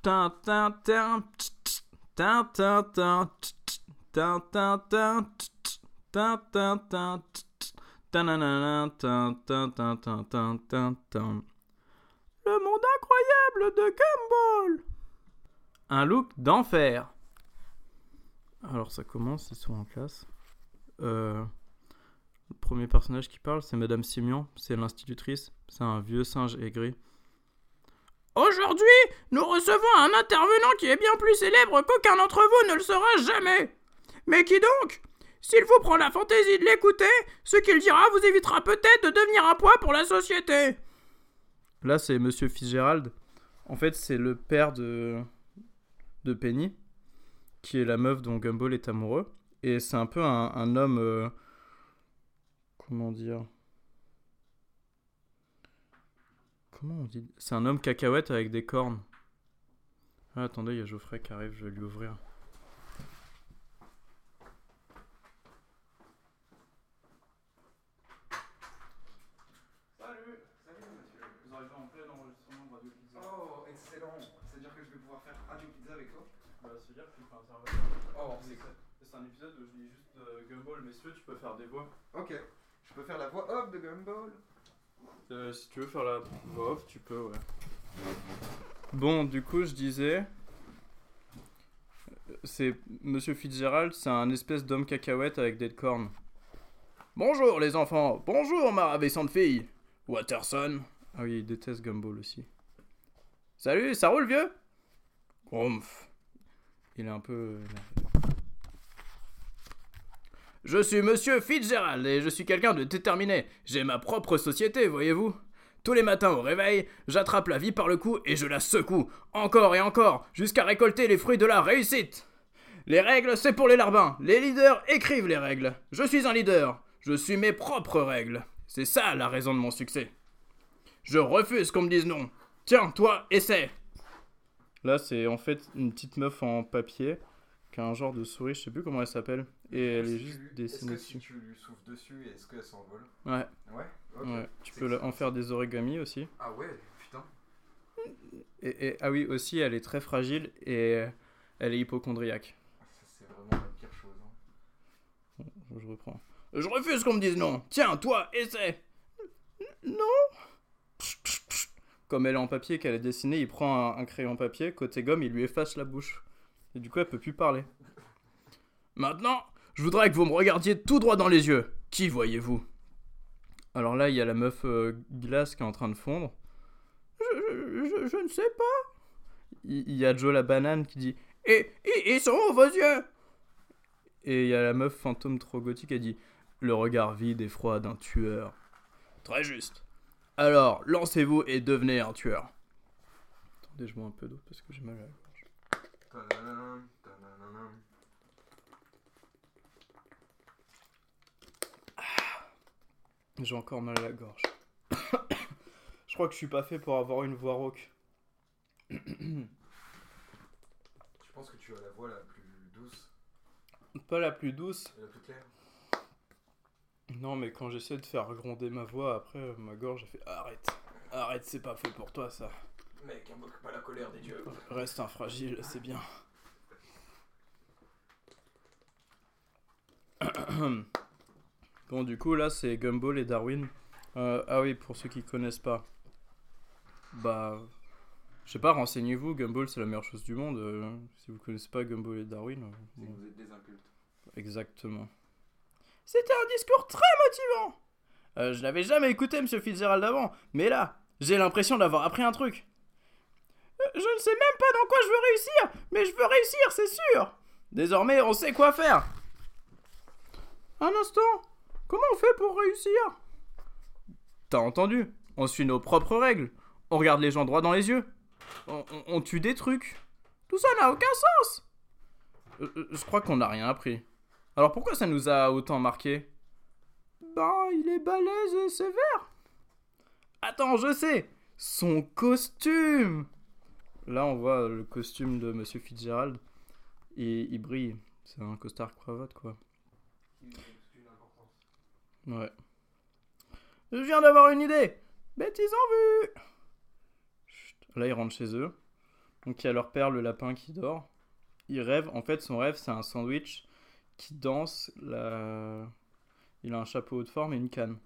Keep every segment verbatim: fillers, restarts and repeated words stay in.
Le monde incroyable de Gumball. Un look d'enfer. Alors ça commence, ils sont en classe. Euh, le premier personnage qui parle, c'est Madame Simian, c'est l'institutrice. C'est un vieux singe aigri. Aujourd'hui, nous recevons un intervenant qui est bien plus célèbre qu'aucun d'entre vous ne le sera jamais. Mais qui donc ? S'il vous prend la fantaisie de l'écouter, ce qu'il dira vous évitera peut-être de devenir un poids pour la société. Là, c'est Monsieur Fitzgerald. En fait, c'est le père de, de Penny, qui est la meuf dont Gumball est amoureux. Et c'est un peu un, un homme... Euh, comment dire... Comment on dit ? C'est un homme cacahuète avec des cornes. Ah, attendez, il y a Geoffrey qui arrive, je vais lui ouvrir. Salut, salut monsieur. Vous arrivez en plein enregistrement de Radio Pizza. Oh, excellent. C'est-à-dire que je vais pouvoir faire Radio Pizza avec toi ? Bah, c'est-à-dire que tu fais un serveur. Oh, c'est ça. C'est un épisode où je dis juste euh, Gumball, mais si tu veux, tu peux faire des voix. Ok. Je peux faire la voix off de Gumball. Euh, si tu veux faire la voix off, tu peux, ouais. Bon, du coup, je disais... C'est Monsieur Fitzgerald, c'est un espèce d'homme cacahuète avec des cornes. Bonjour les enfants, bonjour ma ravissante fille. Watterson. Ah oui, il déteste Gumball aussi. Salut, ça roule vieux ? Grumpf. Il est un peu... Je suis Monsieur Fitzgerald et je suis quelqu'un de déterminé. J'ai ma propre société, voyez-vous. Tous les matins au réveil, j'attrape la vie par le cou et je la secoue, encore et encore, jusqu'à récolter les fruits de la réussite. Les règles, c'est pour les larbins. Les leaders écrivent les règles. Je suis un leader. Je suis mes propres règles. C'est ça la raison de mon succès. Je refuse qu'on me dise non. Tiens, toi, essaie. Là, c'est en fait une petite meuf en papier qui a un genre de souris, je sais plus comment elle s'appelle. Et elle est juste dessinée dessus. Est-ce que si tu lui souffles dessus, est-ce qu'elle s'envole ? Ouais. Ouais, ok. Ouais. Tu peux la- en faire des origamis aussi. Ah ouais, putain. Et, et- ah oui, aussi, elle est très fragile et elle est hypocondriaque. Ça, c'est vraiment la pire chose. Hein. Bon, je reprends. Je refuse qu'on me dise non. Tiens, toi, essaie. Non. Comme elle est en papier qu'elle a dessiné, il prend un, un crayon papier, côté gomme, il lui efface la bouche. Et du coup, elle peut plus parler. Maintenant, je voudrais que vous me regardiez tout droit dans les yeux. Qui voyez-vous ? Alors là, il y a la meuf euh, glace qui est en train de fondre. Je, je, je, je ne sais pas. Il, il y a Joe la banane qui dit « Et ils sont où vos yeux ?» Et il y a la meuf fantôme trop gothique qui dit « Le regard vide et froid d'un tueur. » Très juste. Alors, lancez-vous et devenez un tueur. Attendez, je bois un peu d'eau parce que j'ai mal à la gorge. Ta-da-da-dam, ta-da-da-dam. J'ai encore mal à la gorge. Je crois que je suis pas fait pour avoir une voix rauque. Je pense que tu as la voix la plus douce Pas la plus douce. et la plus claire. Non, mais quand j'essaie de faire gronder ma voix, après, ma gorge, elle fait arrête. Arrête, c'est pas fait pour toi, ça. Mec, invoque pas la colère des dieux. Reste un fragile, c'est bien. Bon, du coup, là, c'est Gumball et Darwin. Euh, ah oui, pour ceux qui connaissent pas. Bah... Je sais pas, renseignez-vous, Gumball, c'est la meilleure chose du monde. Euh, si vous connaissez pas Gumball et Darwin... euh, C'est que bon. vous êtes des incultes. Exactement. C'était un discours très motivant. Euh, je l'avais jamais écouté, Monsieur Fitzgerald, avant. Mais là, j'ai l'impression d'avoir appris un truc. Euh, je ne sais même pas dans quoi je veux réussir, mais je veux réussir, c'est sûr. Désormais, on sait quoi faire. Un instant, comment on fait pour réussir ? T'as entendu ? On suit nos propres règles. On regarde les gens droit dans les yeux. On, on, on tue des trucs. Tout ça n'a aucun sens. Euh, euh, je crois qu'on n'a rien appris. Alors pourquoi ça nous a autant marqué ? Ben, il est balèze et sévère. Attends, je sais. Son costume. Là, on voit le costume de Monsieur Fitzgerald. Et il brille. C'est un costard cravate, quoi. Ouais. Je viens d'avoir une idée. Bêtise en vue. Chut. Là, ils rentrent chez eux. Donc il y a leur père, le lapin, qui dort. Il rêve, en fait son rêve c'est un sandwich qui danse, la... il a un chapeau haute forme et une canne.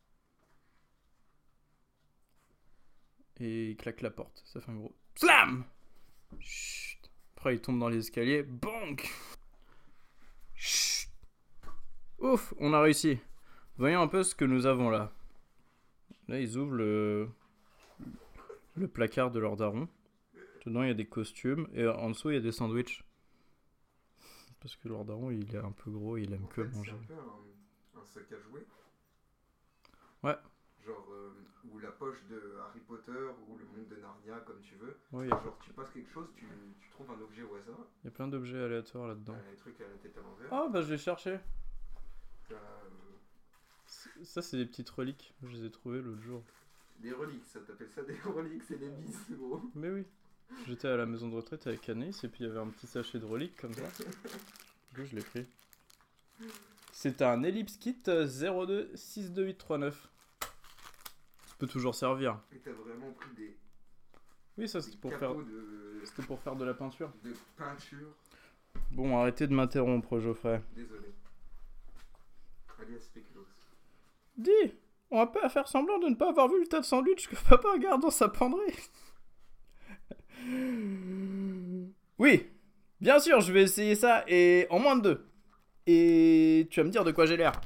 Et il claque la porte, ça fait un gros slam. Chut. Après il tombe dans les escaliers, bonk. Chut. Ouf, on a réussi. Voyons un peu ce que nous avons là. Là ils ouvrent le, le placard de leur daron. Dedans il y a des costumes et en dessous il y a des sandwichs. Parce que leur daron il est un peu gros, il aime En que fait, manger. C'est un peu un, un sac à jouer. Ouais. Genre, euh, ou la poche de Harry Potter, ou le monde de Narnia, comme tu veux. Oui, Genre, tu passes quelque chose, tu, tu trouves un objet au hasard. il y a plein d'objets aléatoires là-dedans. T'as les trucs à la tête à l'envers. Ah bah je l'ai cherché. T'as euh, Ça c'est des petites reliques, je les ai trouvées l'autre jour. des reliques, ça t'appelle ça des reliques, c'est des bis, gros. Mais oui. J'étais à la maison de retraite avec Anaïs et puis il y avait un petit sachet de reliques comme ça. Du coup je l'ai pris. C'est un Ellipse Kit zéro deux six deux huit trois neuf. Ça peut toujours servir. Et t'as vraiment pris des, Oui ça des c'était pour faire... capots de, C'était pour faire de la peinture. de peinture. Bon arrêtez de m'interrompre Geoffrey. Désolé. Alias Spéculoos. Dis, on va pas faire semblant de ne pas avoir vu le tas de sandwichs que papa garde dans sa penderie. Oui, bien sûr, je vais essayer ça et en moins de deux. Et tu vas me dire de quoi j'ai l'air.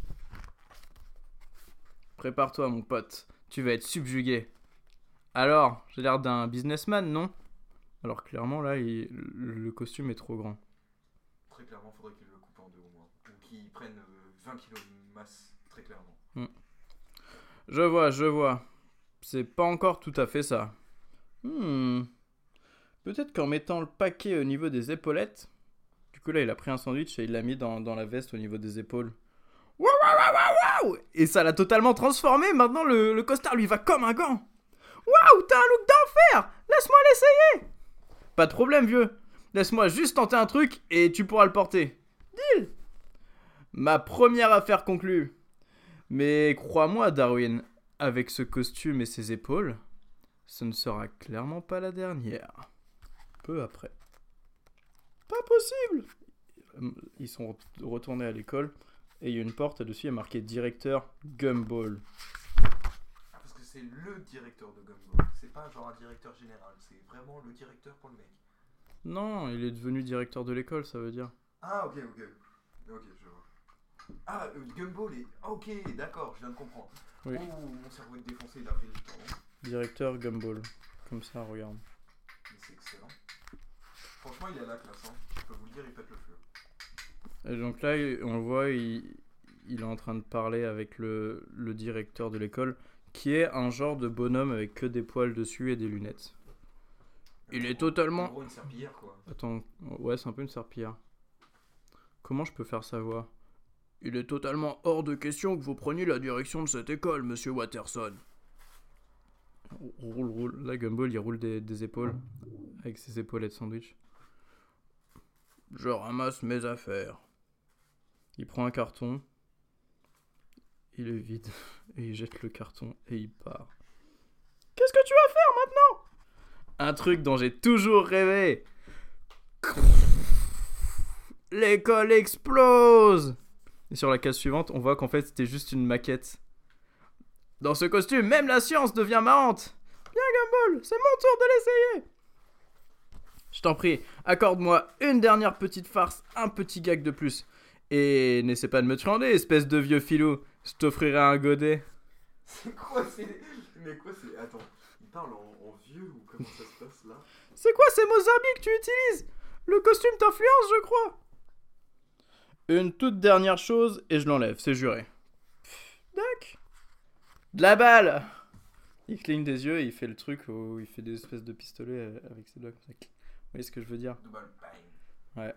Prépare-toi, mon pote, tu vas être subjugué. Alors, j'ai l'air d'un businessman, non? Alors clairement, là, il- le costume est trop grand. Très clairement, faudrait qu'il le coupe en deux au moins. Ou qu'il prenne euh, vingt kilos de masse, très clairement. Je vois, je vois. C'est pas encore tout à fait ça. Hmm. Peut-être qu'en mettant le paquet au niveau des épaulettes. Du coup, là, il a pris un sandwich et il l'a mis dans, dans la veste au niveau des épaules. Waouh, waouh, waouh, waouh, waouh. Et ça l'a totalement transformé. Maintenant, le, le costard lui va comme un gant. Waouh, t'as un look d'enfer. Laisse-moi l'essayer. Pas de problème, vieux. Laisse-moi juste tenter un truc et tu pourras le porter. Deal. Ma première affaire conclue. Mais crois-moi, Darwin, avec ce costume et ses épaules, ce ne sera clairement pas la dernière. Peu après. Pas possible! Ils sont retournés à l'école et il y a une porte, dessus il y a marqué directeur Gumball. Parce que c'est le directeur de Gumball. C'est pas genre un directeur général, c'est vraiment le directeur pour le mec. Non, il est devenu directeur de l'école, ça veut dire. Ah, ok, ok. Ok, je vois. Ah, euh, Gumball est. Ok, d'accord, je viens de comprendre. Oui. Oh, mon cerveau est défoncé, il a pris du temps. Directeur Gumball. Comme ça, regarde. Mais c'est excellent. Franchement, il est à la classe, hein. Je peux vous le dire, il pète le feu. Et donc là, on le voit, il, il est en train de parler avec le, le directeur de l'école, qui est un genre de bonhomme avec que des poils dessus et des lunettes. Il est totalement... En gros, une serpillière, quoi. Attends, ouais, c'est un peu une serpillière. Comment je peux faire sa voix? Il est totalement hors de question que vous preniez la direction de cette école, monsieur Watterson. Roule, roule. Là, Gumball, il roule des, des épaules, avec ses épaulettes sandwich. Je ramasse mes affaires. Il prend un carton, il est vide, et il jette le carton, et il part. Qu'est-ce que tu vas faire maintenant? Un truc dont j'ai toujours rêvé. L'école explose! Et sur la case suivante, on voit qu'en fait, c'était juste une maquette. Dans ce costume, même la science devient marrante. Bien, Gumball, c'est mon tour de l'essayer. Je t'en prie, accorde-moi une dernière petite farce, un petit gag de plus. Et n'essaie pas de me truander, espèce de vieux filou. Je t'offrirai un godet. C'est quoi, c'est. Mais quoi, c'est. Attends, il parle en, en vieux ou comment ça se passe là? C'est quoi ces mots zarbi que tu utilises? Le costume t'influence, je crois. Une toute dernière chose et je l'enlève, c'est juré. Dac. De la balle. Il cligne des yeux et il fait le truc où il fait des espèces de pistolets avec ses doigts comme ça. Vous voyez ce que je veux dire? De balle, bang. Ouais.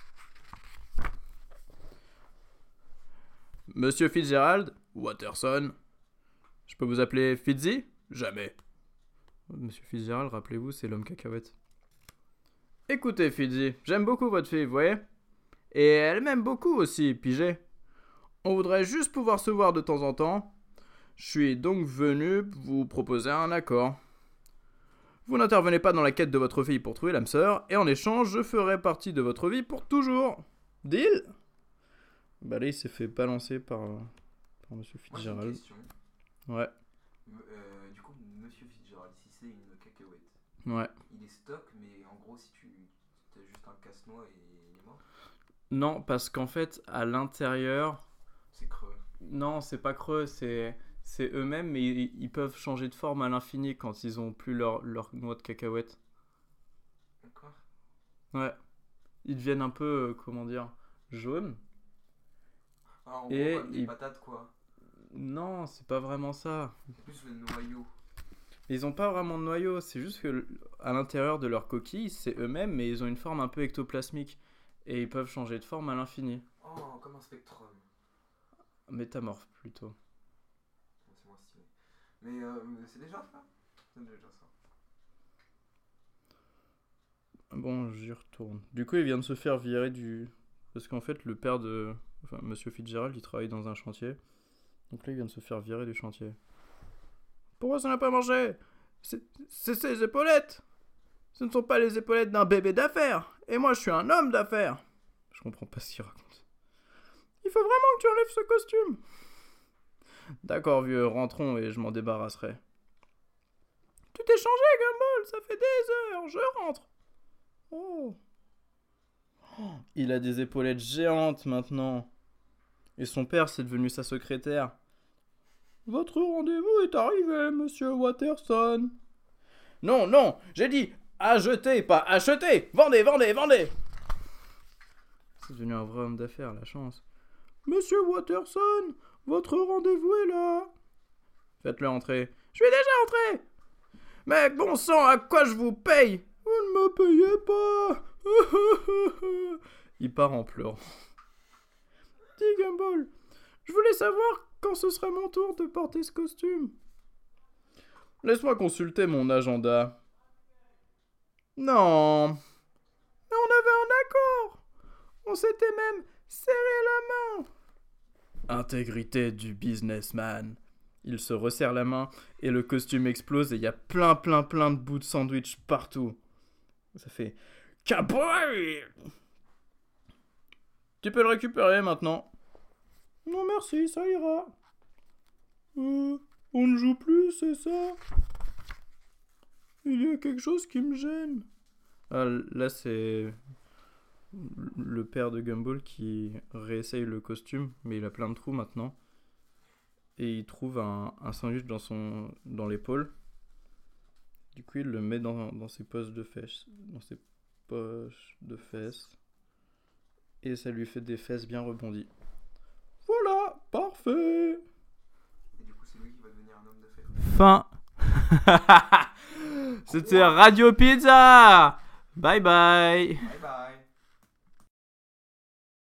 Monsieur Fitzgerald, Watterson. Je peux vous appeler Fitzy? Jamais. Monsieur Fitzgerald, rappelez-vous, c'est l'homme cacahuète. Écoutez, Fitzy, j'aime beaucoup votre fille, vous voyez? Et elle m'aime beaucoup aussi, pigé. On voudrait juste pouvoir se voir de temps en temps. Je suis donc venu vous proposer un accord. Vous n'intervenez pas dans la quête de votre fille pour trouver l'âme sœur, et en échange, je ferai partie de votre vie pour toujours. Deal? Bah là, il s'est fait balancer par, par Monsieur Fitzgerald. Moi, j'ai une question. Ouais. Euh, du coup, Monsieur Fitzgerald, si c'est une cacahuète, Ouais. il est stock, mais en gros, si tu as juste un casse-noix et il est mort. Non, parce qu'en fait, à l'intérieur... C'est creux. Non, c'est pas creux, c'est, c'est eux-mêmes, mais ils, ils peuvent changer de forme à l'infini quand ils ont plus leur, leur noix de cacahuète. D'accord. Ouais. Ils deviennent un peu, euh, comment dire, jaunes. Ah, en Et gros, comme des il- patates, quoi. Non, c'est pas vraiment ça. C'est plus le noyau. Ils ont pas vraiment de noyau, c'est juste que l- à l'intérieur de leur coquille, c'est eux-mêmes, mais ils ont une forme un peu ectoplasmique. Et ils peuvent changer de forme à l'infini. Oh, comme un spectrum. Métamorphe, plutôt. C'est moins stylé. Mais euh, c'est déjà ça. C'est déjà ça. Bon, j'y retourne. Du coup, il vient de se faire virer du... Parce qu'en fait, le père de... Enfin, Monsieur Fitzgerald, il travaille dans un chantier. Donc là, il vient de se faire virer du chantier. Pourquoi ça n'a pas marché? C'est c'est ses épaulettes. Ce ne sont pas les épaulettes d'un bébé d'affaires. Et moi, je suis un homme d'affaires. Je comprends pas ce qu'il raconte. Il faut vraiment que tu enlèves ce costume. D'accord, vieux, rentrons et je m'en débarrasserai. Tu t'es changé, Gumball, ça fait des heures, je rentre. Oh. Oh, il a des épaulettes géantes maintenant. Et son père, c'est devenu sa secrétaire. Votre rendez-vous est arrivé, monsieur Watterson. Non, non, j'ai dit acheter, pas acheter. Vendez, vendez, vendez. C'est devenu un vrai homme d'affaires, la chance. Monsieur Watterson, votre rendez-vous est là. Faites-le entrer. Je suis déjà entré. Mais bon sang, à quoi je vous paye? Vous ne me payez pas. Il part en pleurant. Dis Gumball, je voulais savoir quand ce serait mon tour de porter ce costume. Laisse-moi consulter mon agenda. Non. Mais on avait un accord. On s'était même serré la main. Intégrité du businessman. Il se resserre la main et le costume explose et il y a plein plein plein de bouts de sandwich partout. Ça fait Capoeira. Tu peux le récupérer maintenant. Non merci, ça ira. Euh, on ne joue plus, c'est ça? Il y a quelque chose qui me gêne. Ah, là c'est le père de Gumball qui réessaye le costume, mais il a plein de trous maintenant. Et il trouve un, un sandwich dans, son, dans l'épaule. Du coup, il le met dans, dans ses poches de fesses. Dans ses poches de fesses. Et ça lui fait des fesses bien rebondies. Voilà, parfait. Et du coup, c'est lui qui va devenir un homme d'affaires. Fin. C'était Radio Pizza. Bye bye. Bye bye.